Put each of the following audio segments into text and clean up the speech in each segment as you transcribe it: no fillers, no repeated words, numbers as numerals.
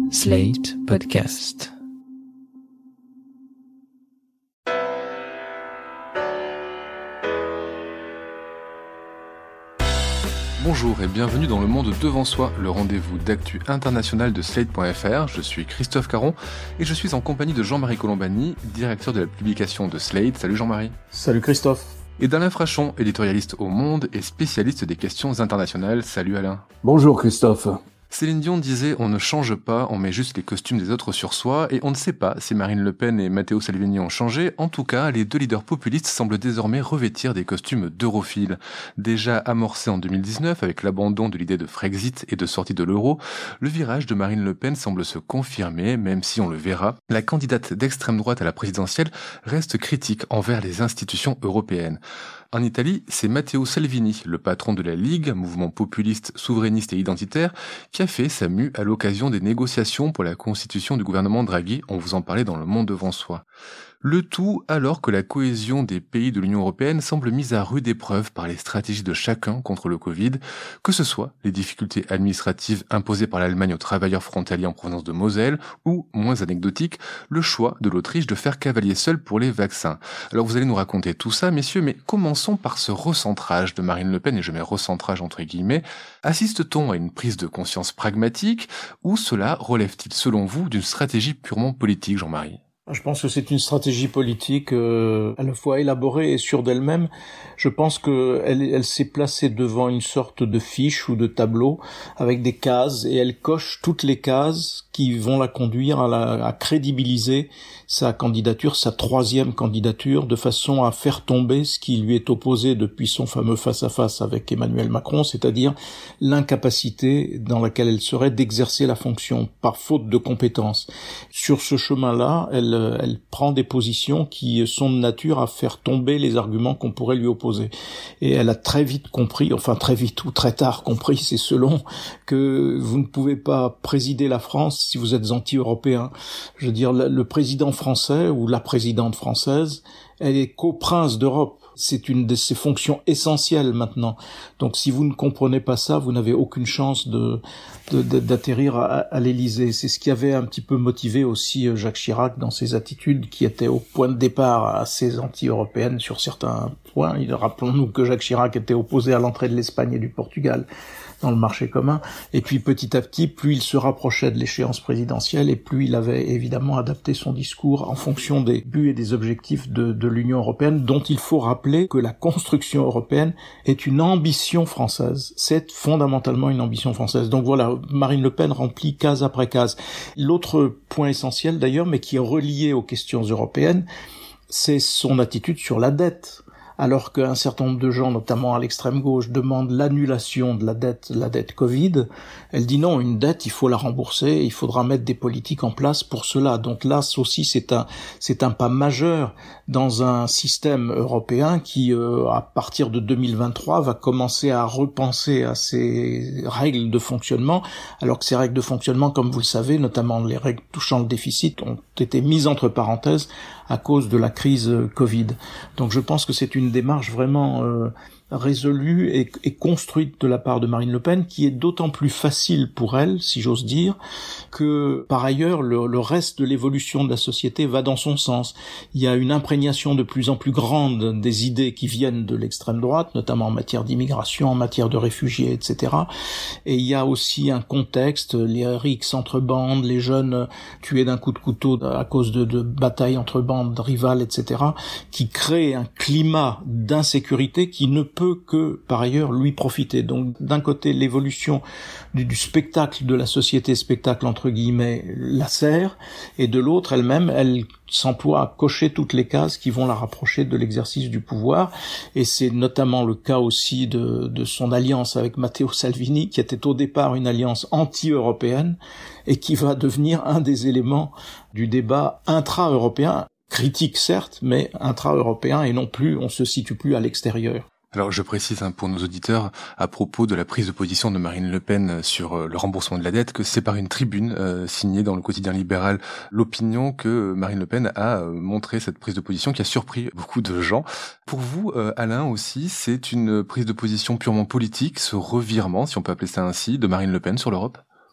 Slate Podcast. Bonjour et bienvenue dans Le Monde Devant Soi, le rendez-vous d'actu international de Slate.fr. Je suis Christophe Caron et je suis en compagnie de Jean-Marie Colombani, directeur de la publication de Slate. Salut Jean-Marie. Salut Christophe. Et d'Alain Frachon, éditorialiste au Monde et spécialiste des questions internationales. Salut Alain. Bonjour Christophe. Céline Dion disait « On ne change pas, on met juste les costumes des autres sur soi » et on ne sait pas si Marine Le Pen et Matteo Salvini ont changé. En tout cas, les deux leaders populistes semblent désormais revêtir des costumes d'europhiles. Déjà amorcé en 2019 avec l'abandon de l'idée de Frexit et de sortie de l'euro, le virage de Marine Le Pen semble se confirmer, même si on le verra. La candidate d'extrême droite à la présidentielle reste critique envers les institutions européennes. En Italie, c'est Matteo Salvini, le patron de la Ligue, mouvement populiste, souverainiste et identitaire, qui a fait sa mue à l'occasion des négociations pour la constitution du gouvernement Draghi. On vous en parlait dans Le Monde Devant Soi. Le tout alors que la cohésion des pays de l'Union européenne semble mise à rude épreuve par les stratégies de chacun contre le Covid, que ce soit les difficultés administratives imposées par l'Allemagne aux travailleurs frontaliers en provenance de Moselle, ou, moins anecdotique, le choix de l'Autriche de faire cavalier seul pour les vaccins. Alors vous allez nous raconter tout ça, messieurs, mais commençons par ce recentrage de Marine Le Pen, et je mets recentrage entre guillemets. Assiste-t-on à une prise de conscience pragmatique, ou cela relève-t-il selon vous d'une stratégie purement politique, Jean-Marie ? Je pense que c'est une stratégie politique à la fois élaborée et sûre d'elle-même. Je pense qu'elle s'est placée devant une sorte de fiche ou de tableau avec des cases et elle coche toutes les cases qui vont la conduire à crédibiliser sa candidature, sa troisième candidature, de façon à faire tomber ce qui lui est opposé depuis son fameux face-à-face avec Emmanuel Macron, c'est-à-dire l'incapacité dans laquelle elle serait d'exercer la fonction par faute de compétences. Sur ce chemin-là, elle prend des positions qui sont de nature à faire tomber les arguments qu'on pourrait lui opposer. Et elle a très vite compris, enfin très vite ou très tard compris, c'est selon, que vous ne pouvez pas présider la France si vous êtes anti-européen. Je veux dire, le président français ou la présidente française, elle est coprince d'Europe. C'est une de ses fonctions essentielles maintenant. Donc si vous ne comprenez pas ça, vous n'avez aucune chance d'atterrir à l'Élysée. C'est ce qui avait un petit peu motivé aussi Jacques Chirac dans ses attitudes qui étaient au point de départ assez anti-européennes sur certains points. Rappelons-nous que Jacques Chirac était opposé à l'entrée de l'Espagne et du Portugal dans le marché commun, et puis petit à petit, plus il se rapprochait de l'échéance présidentielle, et plus il avait évidemment adapté son discours en fonction des buts et des objectifs de l'Union européenne, dont il faut rappeler que la construction européenne est une ambition française. C'est fondamentalement une ambition française. Donc voilà, Marine Le Pen remplit case après case. L'autre point essentiel d'ailleurs, mais qui est relié aux questions européennes, c'est son attitude sur la dette. Alors qu'un certain nombre de gens, notamment à l'extrême gauche, demandent l'annulation de la dette Covid, elle dit non, une dette, il faut la rembourser, il faudra mettre des politiques en place pour cela. Donc là aussi, c'est un pas majeur dans un système européen qui, à partir de 2023, va commencer à repenser à ses règles de fonctionnement, alors que ces règles de fonctionnement, comme vous le savez, notamment les règles touchant le déficit, ont été mises entre parenthèses à cause de la crise Covid. Donc je pense que c'est une démarche vraiment résolue et construite de la part de Marine Le Pen, qui est d'autant plus facile pour elle, si j'ose dire, que par ailleurs le reste de l'évolution de la société va dans son sens. Il y a une imprégnation de plus en plus grande des idées qui viennent de l'extrême droite, notamment en matière d'immigration, en matière de réfugiés, etc. Et il y a aussi un contexte, les rixes entre bandes, les jeunes tués d'un coup de couteau à cause de batailles entre bandes rivales, etc., qui crée un climat d'insécurité qui ne peut que, par ailleurs, lui profiter. Donc, d'un côté, l'évolution du spectacle, de la société spectacle, entre guillemets, la sert, et de l'autre, elle s'emploie à cocher toutes les cases qui vont la rapprocher de l'exercice du pouvoir, et c'est notamment le cas aussi de son alliance avec Matteo Salvini, qui était au départ une alliance anti-européenne, et qui va devenir un des éléments du débat intra-européen, critique certes, mais intra-européen, et non plus, on se situe plus à l'extérieur. Alors je précise pour nos auditeurs à propos de la prise de position de Marine Le Pen sur le remboursement de la dette que c'est par une tribune signée dans le quotidien libéral L'Opinion que Marine Le Pen a montré cette prise de position qui a surpris beaucoup de gens. Pour vous, Alain aussi, c'est une prise de position purement politique, ce revirement, si on peut appeler ça ainsi, de Marine Le Pen sur l'Europe ?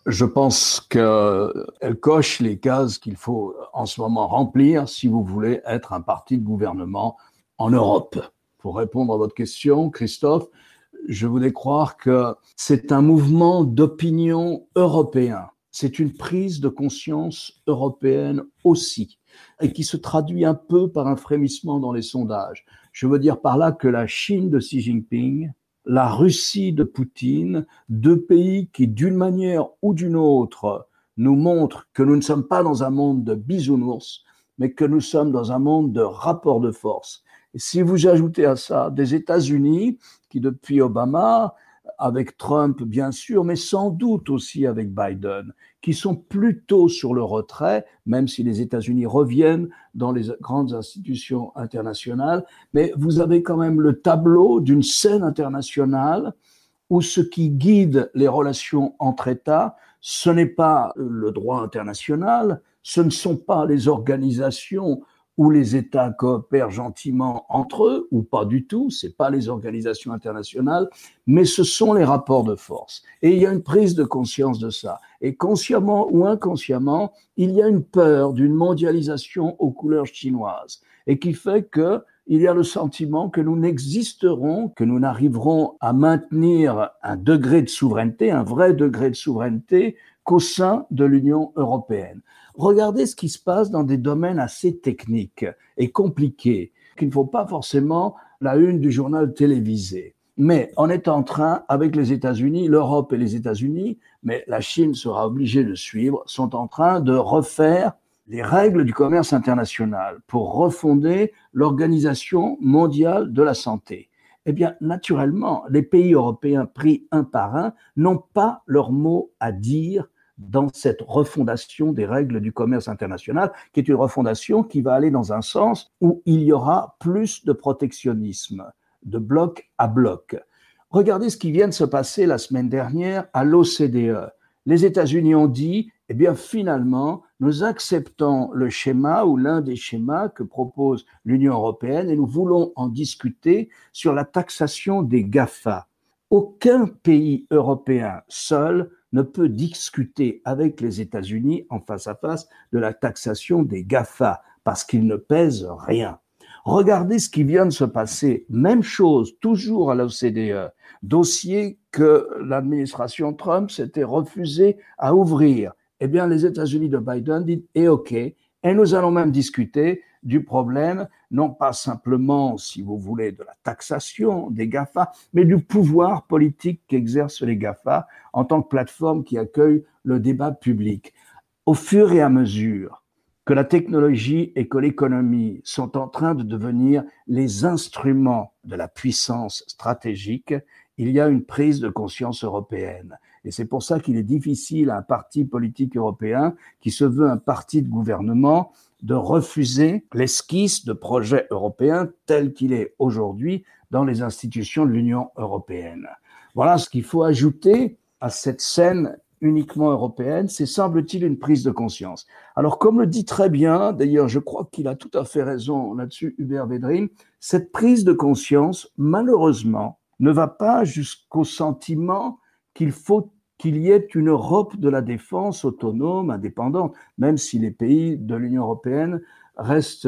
Je pense qu'elle coche les cases qu'il faut en ce moment remplir si vous voulez être un parti de gouvernement en Europe. Pour répondre à votre question, Christophe, je voulais croire que c'est un mouvement d'opinion européen. C'est une prise de conscience européenne aussi, et qui se traduit un peu par un frémissement dans les sondages. Je veux dire par là que la Chine de Xi Jinping, la Russie de Poutine, deux pays qui, d'une manière ou d'une autre, nous montrent que nous ne sommes pas dans un monde de bisounours, mais que nous sommes dans un monde de rapports de force. Et si vous ajoutez à ça des États-Unis, qui depuis Obama, avec Trump bien sûr, mais sans doute aussi avec Biden, qui sont plutôt sur le retrait, même si les États-Unis reviennent dans les grandes institutions internationales, mais vous avez quand même le tableau d'une scène internationale où ce qui guide les relations entre États, ce n'est pas le droit international, ce ne sont pas les organisations où les États coopèrent gentiment entre eux, ou pas du tout, c'est pas les organisations internationales, mais ce sont les rapports de force. Et il y a une prise de conscience de ça. Et consciemment ou inconsciemment, il y a une peur d'une mondialisation aux couleurs chinoises, et qui fait que il y a le sentiment que nous n'existerons, que nous n'arriverons à maintenir un degré de souveraineté, un vrai degré de souveraineté, qu'au sein de l'Union européenne. Regardez ce qui se passe dans des domaines assez techniques et compliqués, qu'il ne faut pas forcément la une du journal télévisé. Mais on est en train, avec les États-Unis, l'Europe et les États-Unis, mais la Chine sera obligée de suivre, sont en train de refaire les règles du commerce international pour refonder l'Organisation mondiale de la santé. Eh bien, naturellement, les pays européens pris un par un n'ont pas leur mot à dire dans cette refondation des règles du commerce international, qui est une refondation qui va aller dans un sens où il y aura plus de protectionnisme, de bloc à bloc. Regardez ce qui vient de se passer la semaine dernière à l'OCDE. Les États-Unis ont dit, eh bien finalement, nous acceptons le schéma ou l'un des schémas que propose l'Union européenne et nous voulons en discuter sur la taxation des GAFA. Aucun pays européen seul ne peut discuter avec les États-Unis en face à face de la taxation des GAFA parce qu'ils ne pèsent rien. Regardez ce qui vient de se passer. Même chose, toujours à l'OCDE. Dossier que l'administration Trump s'était refusée à ouvrir. Eh bien, les États-Unis de Biden disent « OK ». Et nous allons même discuter du problème, non pas simplement, si vous voulez, de la taxation des GAFA, mais du pouvoir politique qu'exercent les GAFA en tant que plateforme qui accueille le débat public. Au fur et à mesure que la technologie et que l'économie sont en train de devenir les instruments de la puissance stratégique, il y a une prise de conscience européenne. Et c'est pour ça qu'il est difficile à un parti politique européen qui se veut un parti de gouvernement de refuser l'esquisse de projet européen tel qu'il est aujourd'hui dans les institutions de l'Union européenne. Voilà ce qu'il faut ajouter à cette scène uniquement européenne, c'est semble-t-il une prise de conscience. Alors comme le dit très bien, d'ailleurs je crois qu'il a tout à fait raison là-dessus Hubert Védrine, cette prise de conscience malheureusement ne va pas jusqu'au sentiment qu'il faut qu'il y ait une Europe de la défense autonome, indépendante, même si les pays de l'Union européenne restent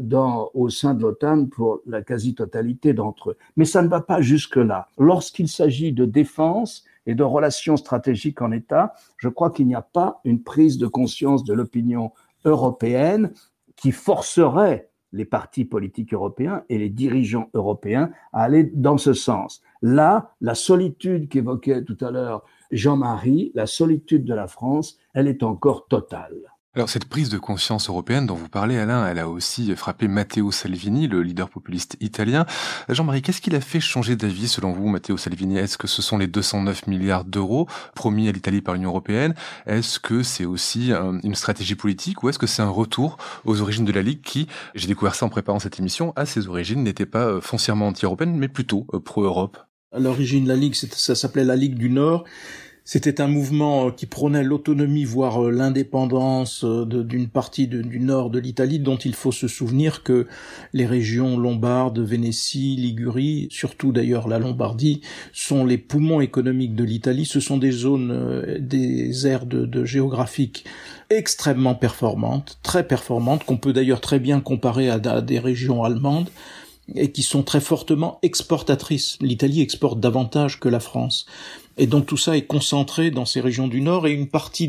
au sein de l'OTAN pour la quasi-totalité d'entre eux. Mais ça ne va pas jusque-là. Lorsqu'il s'agit de défense et de relations stratégiques en État, je crois qu'il n'y a pas une prise de conscience de l'opinion européenne qui forcerait les partis politiques européens et les dirigeants européens à aller dans ce sens. Là, la solitude qu'évoquait tout à l'heure Jean-Marie, la solitude de la France, elle est encore totale. Alors cette prise de conscience européenne dont vous parlez, Alain, elle a aussi frappé Matteo Salvini, le leader populiste italien. Jean-Marie, qu'est-ce qui l'a fait changer d'avis selon vous, Matteo Salvini? Est-ce que ce sont les 209 milliards d'euros promis à l'Italie par l'Union européenne? Est-ce que c'est aussi une stratégie politique ou est-ce que c'est un retour aux origines de la Ligue qui, j'ai découvert ça en préparant cette émission, à ses origines n'était pas foncièrement anti-européenne mais plutôt pro-Europe? À l'origine, la Ligue, ça s'appelait la Ligue du Nord. C'était un mouvement qui prônait l'autonomie, voire l'indépendance d'une partie du nord de l'Italie, dont il faut se souvenir que les régions lombardes, Vénétie, Ligurie, surtout d'ailleurs la Lombardie, sont les poumons économiques de l'Italie. Ce sont des zones, des aires de géographiques extrêmement performantes, très performantes, qu'on peut d'ailleurs très bien comparer à des régions allemandes, et qui sont très fortement exportatrices. L'Italie exporte davantage que la France. Et donc tout ça est concentré dans ces régions du Nord, et une partie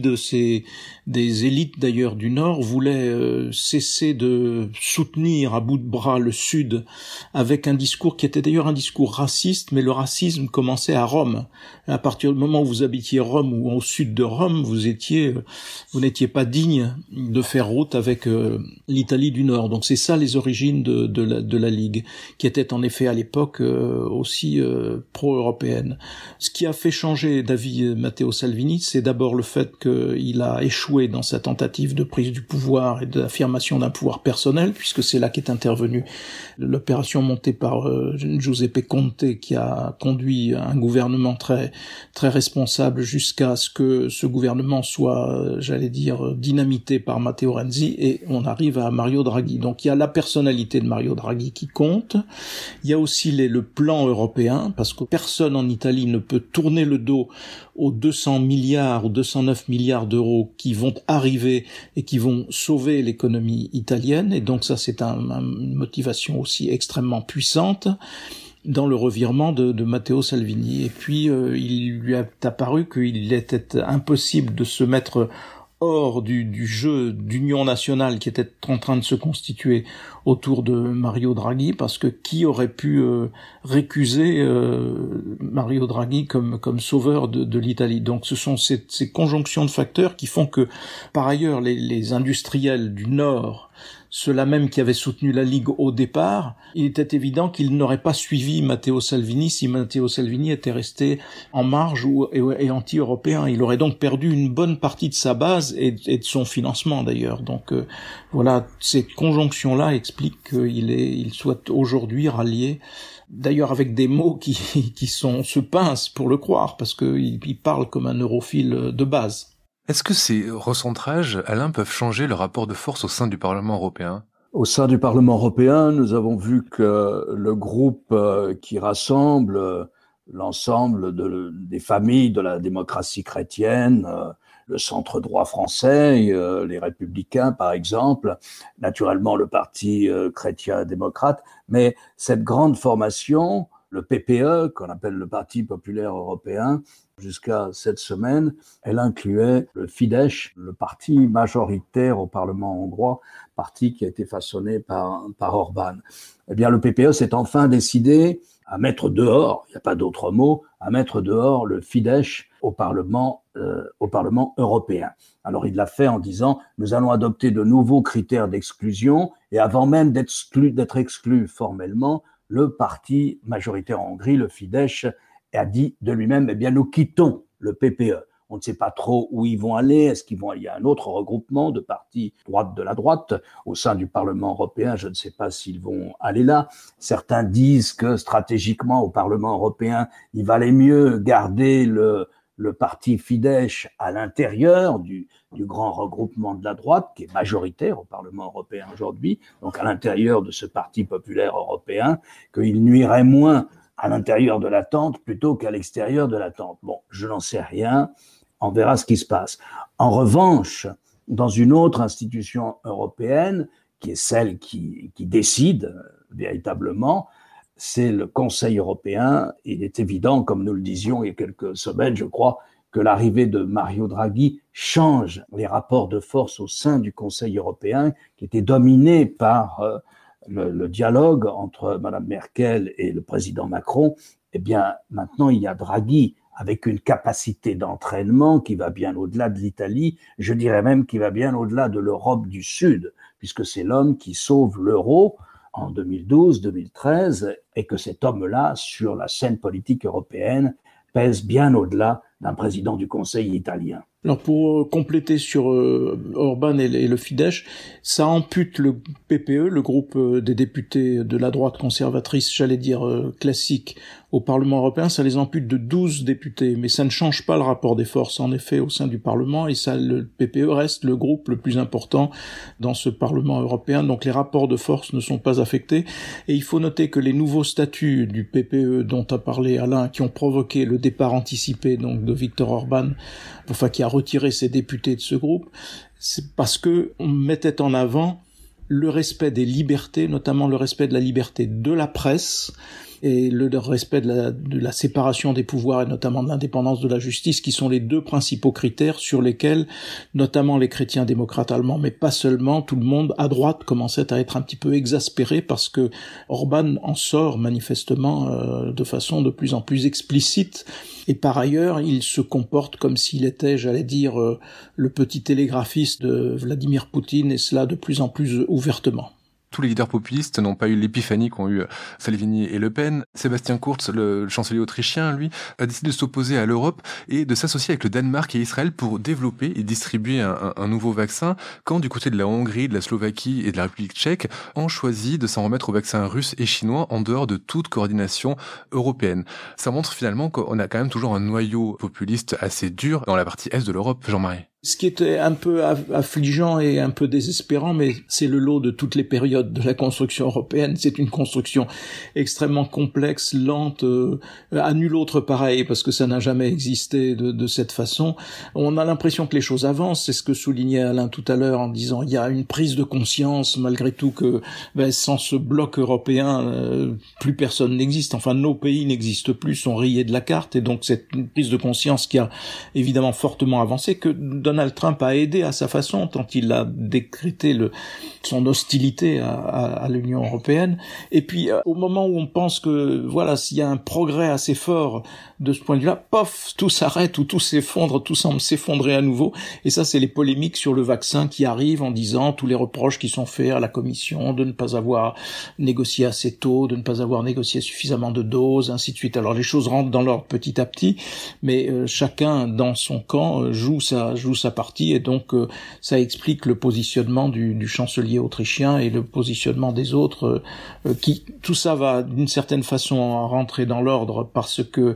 des élites d'ailleurs du Nord voulaient cesser de soutenir à bout de bras le Sud avec un discours qui était d'ailleurs un discours raciste, mais le racisme commençait à Rome. À partir du moment où vous habitiez Rome ou au sud de Rome, vous n'étiez pas digne de faire route avec l'Italie du Nord. Donc c'est ça les origines de la Ligue, qui était en effet à l'époque aussi pro-européenne. Ce qui a fait changer d'avis Matteo Salvini, c'est d'abord le fait qu'il a échoué dans sa tentative de prise du pouvoir et d'affirmation d'un pouvoir personnel, puisque c'est là qu'est intervenue l'opération montée par Giuseppe Conte, qui a conduit un gouvernement très très responsable jusqu'à ce que ce gouvernement soit, j'allais dire, dynamité par Matteo Renzi, et on arrive à Mario Draghi. Donc il y a la personnalité de Mario Draghi qui compte, il y a aussi le plan européen, parce que personne en Italie ne peut tourner le dos aux 200 milliards ou 209 milliards d'euros qui vont arriver et qui vont sauver l'économie italienne, et donc ça c'est une motivation aussi extrêmement puissante dans le revirement de Matteo Salvini. Et puis il lui est apparu qu'il était impossible de se mettre hors du jeu d'union nationale qui était en train de se constituer autour de Mario Draghi, parce que qui aurait pu récuser Mario Draghi comme sauveur de l'Italie. Donc ce sont ces conjonctions de facteurs qui font que, par ailleurs, les industriels du Nord, ceux-là même qui avaient soutenu la Ligue au départ, il était évident qu'ils n'auraient pas suivi Matteo Salvini si Matteo Salvini était resté en marge et anti-européen. Il aurait donc perdu une bonne partie de sa base et de son financement d'ailleurs. Donc voilà, ces conjonctions-là expliquent qu'il soit aujourd'hui rallié, d'ailleurs avec des mots qui se pincent pour le croire, parce qu'il parle comme un europhile de base. Est-ce que ces recentrages, Alain, peuvent changer le rapport de force au sein du Parlement européen ? Au sein du Parlement européen, nous avons vu que le groupe qui rassemble l'ensemble des familles de la démocratie chrétienne, le centre droit français, les Républicains par exemple, naturellement le Parti chrétien-démocrate, mais cette grande formation, le PPE, qu'on appelle le Parti populaire européen, jusqu'à cette semaine, elle incluait le Fidesz, le parti majoritaire au Parlement hongrois, parti qui a été façonné par Orban. Eh bien, le PPE s'est enfin décidé à mettre dehors, il n'y a pas d'autre mot, à mettre dehors le Fidesz au Parlement européen. Alors, il l'a fait en disant, nous allons adopter de nouveaux critères d'exclusion, et avant même d'être exclu formellement, le parti majoritaire en Hongrie, le Fidesz, a dit de lui-même, eh bien, nous quittons le PPE. On ne sait pas trop où ils vont aller. Est-ce qu'il y a un autre regroupement de partis droite de la droite au sein du Parlement européen? Je ne sais pas s'ils vont aller là. Certains disent que stratégiquement au Parlement européen, il valait mieux garder le parti Fidesz à l'intérieur du grand regroupement de la droite, qui est majoritaire au Parlement européen aujourd'hui, donc à l'intérieur de ce parti populaire européen, qu'il nuirait moins à l'intérieur de la tente plutôt qu'à l'extérieur de la tente. Bon, je n'en sais rien, on verra ce qui se passe. En revanche, dans une autre institution européenne, qui est celle qui décide véritablement, c'est le Conseil européen. Il est évident, comme nous le disions il y a quelques semaines, je crois, que l'arrivée de Mario Draghi change les rapports de force au sein du Conseil européen, qui était dominé par le dialogue entre Mme Merkel et le président Macron. Eh bien, maintenant, il y a Draghi avec une capacité d'entraînement qui va bien au-delà de l'Italie, je dirais même qui va bien au-delà de l'Europe du Sud, puisque c'est l'homme qui sauve l'euro en 2012-2013, et que cet homme-là, sur la scène politique européenne, pèse bien au-delà d'un président du Conseil italien. Alors pour compléter sur Orban et le Fidesz, ça ampute le PPE, le groupe des députés de la droite conservatrice, j'allais dire classique, au Parlement européen, ça les ampute de 12 députés, mais ça ne change pas le rapport des forces en effet au sein du Parlement, et ça, le PPE reste le groupe le plus important dans ce Parlement européen, donc les rapports de force ne sont pas affectés, et il faut noter que les nouveaux statuts du PPE dont a parlé Alain, qui ont provoqué le départ anticipé donc de Viktor Orban, enfin qui a retiré ses députés de ce groupe, c'est parce que on mettait en avant le respect des libertés, notamment le respect de la liberté de la presse, et le respect de la séparation des pouvoirs et notamment de l'indépendance de la justice, qui sont les deux principaux critères sur lesquels notamment les chrétiens démocrates allemands, mais pas seulement, tout le monde à droite commençait à être un petit peu exaspéré parce que Orban en sort manifestement de façon de plus en plus explicite, et par ailleurs il se comporte comme s'il était, j'allais dire, le petit télégraphiste de Vladimir Poutine, et cela de plus en plus ouvertement. Tous les leaders populistes n'ont pas eu l'épiphanie qu'ont eu Salvini et Le Pen. Sébastien Kurz, le chancelier autrichien, lui, a décidé de s'opposer à l'Europe et de s'associer avec le Danemark et Israël pour développer et distribuer un nouveau vaccin, quand du côté de la Hongrie, de la Slovaquie et de la République tchèque, on choisit de s'en remettre aux vaccins russes et chinois en dehors de toute coordination européenne. Ça montre finalement qu'on a quand même toujours un noyau populiste assez dur dans la partie est de l'Europe, Jean-Marie. Ce qui est un peu affligeant et un peu désespérant, mais c'est le lot de toutes les périodes de la construction européenne. C'est une construction extrêmement complexe, lente, à nul autre pareil, parce que ça n'a jamais existé de cette façon. On a l'impression que les choses avancent, c'est ce que soulignait Alain tout à l'heure en disant il y a une prise de conscience malgré tout que sans ce bloc européen, plus personne n'existe. Enfin, nos pays n'existent plus, sont rayés de la carte, et donc c'est une prise de conscience qui a évidemment fortement avancé, que Donald Trump a aidé à sa façon, tant il a décrété son hostilité à l'Union européenne. Et puis, au moment où on pense que, voilà, s'il y a un progrès assez fort de ce point de vue-là, pof, tout s'arrête ou tout s'effondre, tout semble s'effondrer à nouveau. Et ça, c'est les polémiques sur le vaccin qui arrivent en disant tous les reproches qui sont faits à la Commission de ne pas avoir négocié assez tôt, de ne pas avoir négocié suffisamment de doses, ainsi de suite. Alors, les choses rentrent dans l'ordre petit à petit, mais chacun dans son camp joue sa partie, et donc ça explique le positionnement du chancelier autrichien et le positionnement des autres, qui tout ça va d'une certaine façon rentrer dans l'ordre parce que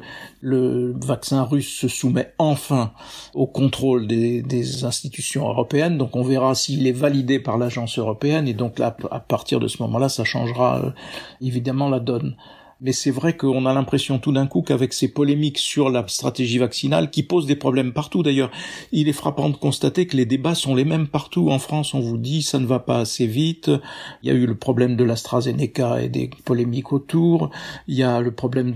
le vaccin russe se soumet enfin au contrôle des institutions européennes, donc on verra s'il est validé par l'agence européenne, et donc là, à partir de ce moment-là, ça changera évidemment la donne. Mais c'est vrai qu'on a l'impression tout d'un coup qu'avec ces polémiques sur la stratégie vaccinale, qui posent des problèmes partout d'ailleurs, il est frappant de constater que les débats sont les mêmes partout. En France, on vous dit ça ne va pas assez vite. Il y a eu le problème de l'AstraZeneca et des polémiques autour. Il y a le problème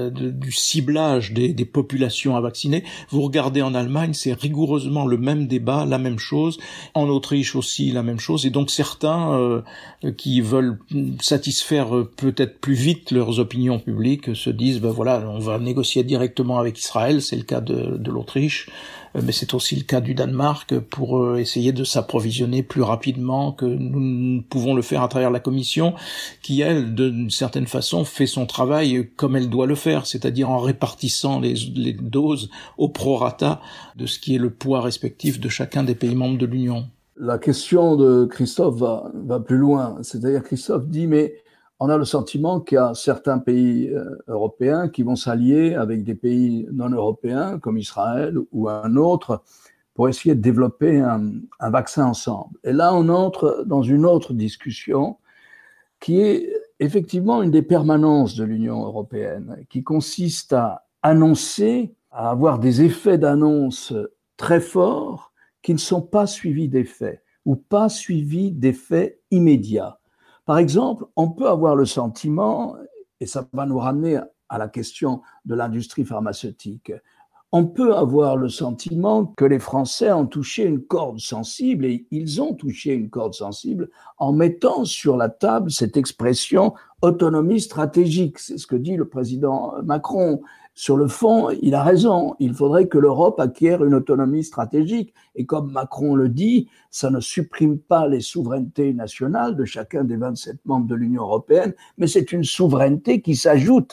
du ciblage des populations à vacciner. Vous regardez en Allemagne, c'est rigoureusement le même débat, la même chose. En Autriche aussi, la même chose. Et donc certains qui veulent satisfaire peut-être plus vite leurs opinions publiques se disent voilà, on va négocier directement avec Israël, c'est le cas de l'Autriche, mais c'est aussi le cas du Danemark, pour essayer de s'approvisionner plus rapidement que nous pouvons le faire à travers la Commission, qui elle, d'une certaine façon, fait son travail comme elle doit le faire, c'est-à-dire en répartissant les doses au prorata de ce qui est le poids respectif de chacun des pays membres de l'Union. La question de Christophe va plus loin, c'est-à-dire Christophe dit mais on a le sentiment qu'il y a certains pays européens qui vont s'allier avec des pays non européens, comme Israël ou un autre, pour essayer de développer un vaccin ensemble. Et là, on entre dans une autre discussion qui est effectivement une des permanences de l'Union européenne, qui consiste à annoncer, à avoir des effets d'annonce très forts qui ne sont pas suivis d'effets ou pas suivis d'effets immédiats. Par exemple, on peut avoir le sentiment, et ça va nous ramener à la question de l'industrie pharmaceutique, on peut avoir le sentiment que les Français ont touché une corde sensible, et ils ont touché une corde sensible en mettant sur la table cette expression autonomie stratégique. C'est ce que dit le président Macron. Sur le fond, il a raison. Il faudrait que l'Europe acquiert une autonomie stratégique. Et comme Macron le dit, ça ne supprime pas les souverainetés nationales de chacun des 27 membres de l'Union européenne, mais c'est une souveraineté qui s'ajoute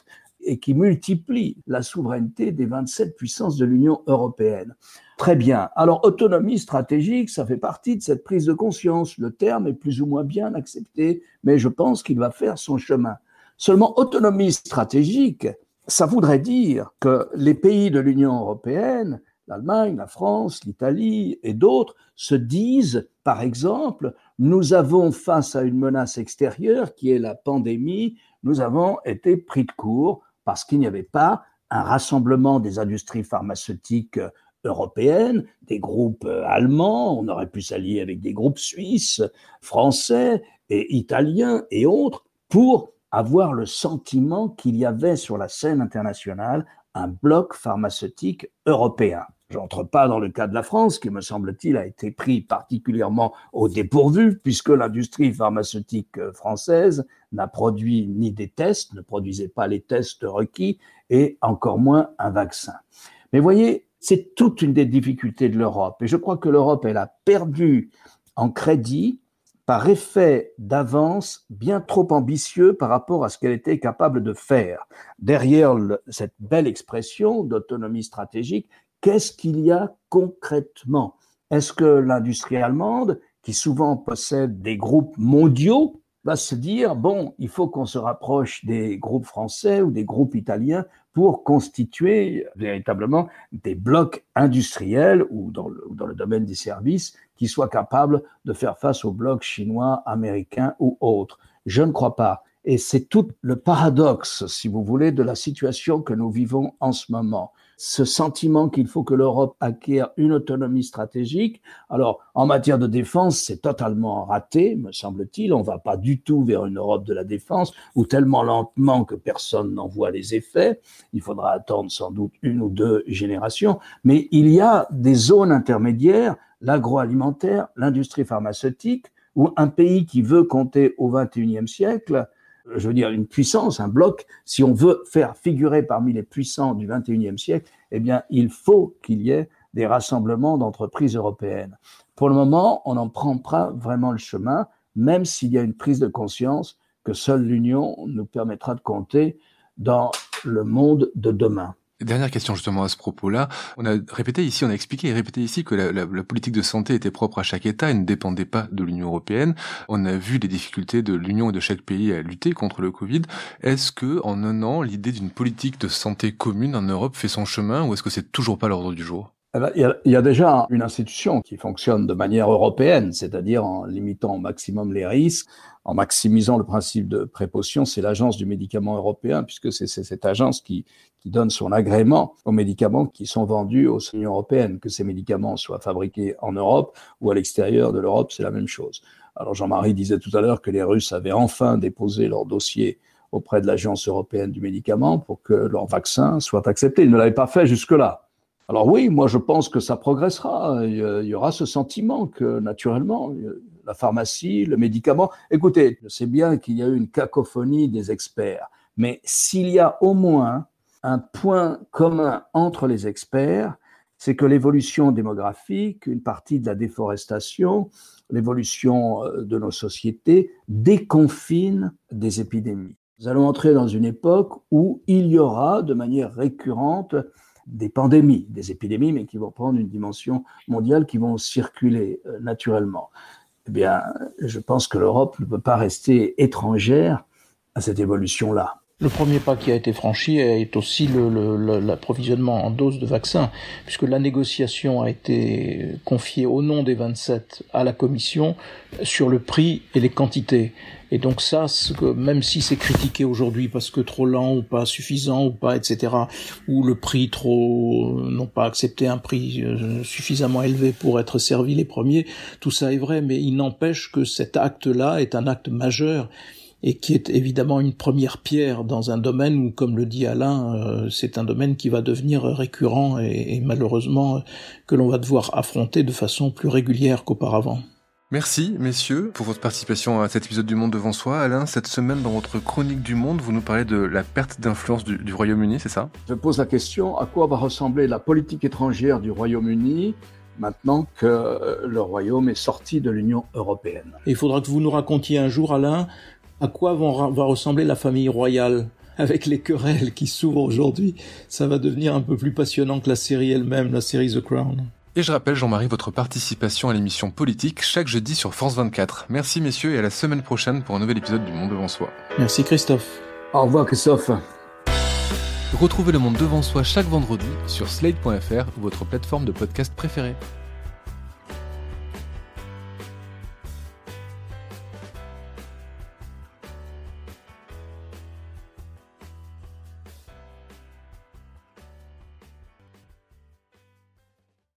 et qui multiplie la souveraineté des 27 puissances de l'Union européenne. Très bien. Alors, autonomie stratégique, ça fait partie de cette prise de conscience. Le terme est plus ou moins bien accepté, mais je pense qu'il va faire son chemin. Seulement, autonomie stratégique, ça voudrait dire que les pays de l'Union européenne, l'Allemagne, la France, l'Italie et d'autres, se disent, par exemple, nous avons face à une menace extérieure qui est la pandémie, nous avons été pris de court parce qu'il n'y avait pas un rassemblement des industries pharmaceutiques européennes, des groupes allemands, on aurait pu s'allier avec des groupes suisses, français et italiens et autres pour avoir le sentiment qu'il y avait sur la scène internationale un bloc pharmaceutique européen. Je n'entre pas dans le cas de la France, qui, me semble-t-il, a été pris particulièrement au dépourvu, puisque l'industrie pharmaceutique française n'a produit ni des tests, ne produisait pas les tests requis, et encore moins un vaccin. Mais voyez, c'est toute une des difficultés de l'Europe. Et je crois que l'Europe, elle a perdu en crédit par effet d'avance bien trop ambitieux par rapport à ce qu'elle était capable de faire. Derrière cette belle expression d'autonomie stratégique, qu'est-ce qu'il y a concrètement? Est-ce que l'industrie allemande, qui souvent possède des groupes mondiaux, va se dire, bon, il faut qu'on se rapproche des groupes français ou des groupes italiens pour constituer véritablement des blocs industriels ou dans le domaine des services qui soient capables de faire face aux blocs chinois, américains ou autres? Je ne crois pas. Et c'est tout le paradoxe, si vous voulez, de la situation que nous vivons en ce moment. Ce sentiment qu'il faut que l'Europe acquiert une autonomie stratégique. Alors, en matière de défense, c'est totalement raté, me semble-t-il. On ne va pas du tout vers une Europe de la défense, ou tellement lentement que personne n'en voit les effets. Il faudra attendre sans doute 1 ou 2 générations. Mais il y a des zones intermédiaires, l'agroalimentaire, l'industrie pharmaceutique, où un pays qui veut compter au XXIe siècle, je veux dire une puissance, un bloc, si on veut faire figurer parmi les puissants du XXIe siècle, eh bien, il faut qu'il y ait des rassemblements d'entreprises européennes. Pour le moment, on n'en prend pas vraiment le chemin, même s'il y a une prise de conscience que seule l'Union nous permettra de compter dans le monde de demain. Dernière question justement à ce propos-là. On a expliqué et répété ici que la politique de santé était propre à chaque État et ne dépendait pas de l'Union européenne. On a vu les difficultés de l'Union et de chaque pays à lutter contre le Covid. Est-ce que, en un an, l'idée d'une politique de santé commune en Europe fait son chemin ou est-ce que c'est toujours pas l'ordre du jour? Il y a déjà une institution qui fonctionne de manière européenne, c'est-à-dire en limitant au maximum les risques, en maximisant le principe de précaution. C'est l'Agence du médicament européen, puisque c'est cette agence qui donne son agrément aux médicaments qui sont vendus aux Unions européennes. Que ces médicaments soient fabriqués en Europe ou à l'extérieur de l'Europe, c'est la même chose. Alors Jean-Marie disait tout à l'heure que les Russes avaient enfin déposé leur dossier auprès de l'Agence européenne du médicament pour que leur vaccin soit accepté. Ils ne l'avaient pas fait jusque-là. Alors oui, moi je pense que ça progressera. Il y aura ce sentiment que naturellement, la pharmacie, le médicament... Écoutez, je sais bien qu'il y a eu une cacophonie des experts, mais s'il y a au moins un point commun entre les experts, c'est que l'évolution démographique, une partie de la déforestation, l'évolution de nos sociétés déconfine des épidémies. Nous allons entrer dans une époque où il y aura de manière récurrente des pandémies, des épidémies, mais qui vont prendre une dimension mondiale, qui vont circuler naturellement. Eh bien, je pense que l'Europe ne peut pas rester étrangère à cette évolution-là. Le premier pas qui a été franchi est aussi l'approvisionnement en doses de vaccins, puisque la négociation a été confiée au nom des 27 à la Commission sur le prix et les quantités. Et donc ça, même si c'est critiqué aujourd'hui parce que trop lent ou pas suffisant ou pas, etc., ou le prix n'ont pas accepté un prix suffisamment élevé pour être servis les premiers, tout ça est vrai, mais il n'empêche que cet acte-là est un acte majeur et qui est évidemment une première pierre dans un domaine où, comme le dit Alain, c'est un domaine qui va devenir récurrent et malheureusement que l'on va devoir affronter de façon plus régulière qu'auparavant. Merci, messieurs, pour votre participation à cet épisode du Monde devant soi. Alain, cette semaine, dans votre chronique du Monde, vous nous parlez de la perte d'influence du Royaume-Uni, c'est ça? Je pose la question, à quoi va ressembler la politique étrangère du Royaume-Uni maintenant que le Royaume est sorti de l'Union européenne? Et il faudra que vous nous racontiez un jour, Alain, à quoi va ressembler la famille royale avec les querelles qui s'ouvrent aujourd'hui, ça va devenir un peu plus passionnant que la série elle-même, la série The Crown. Et je rappelle, Jean-Marie, votre participation à l'émission Politique chaque jeudi sur France 24. Merci messieurs et à la semaine prochaine pour un nouvel épisode du Monde Devant Soi. Merci Christophe. Au revoir Christophe. Retrouvez Le Monde Devant Soi chaque vendredi sur slate.fr ou votre plateforme de podcast préférée.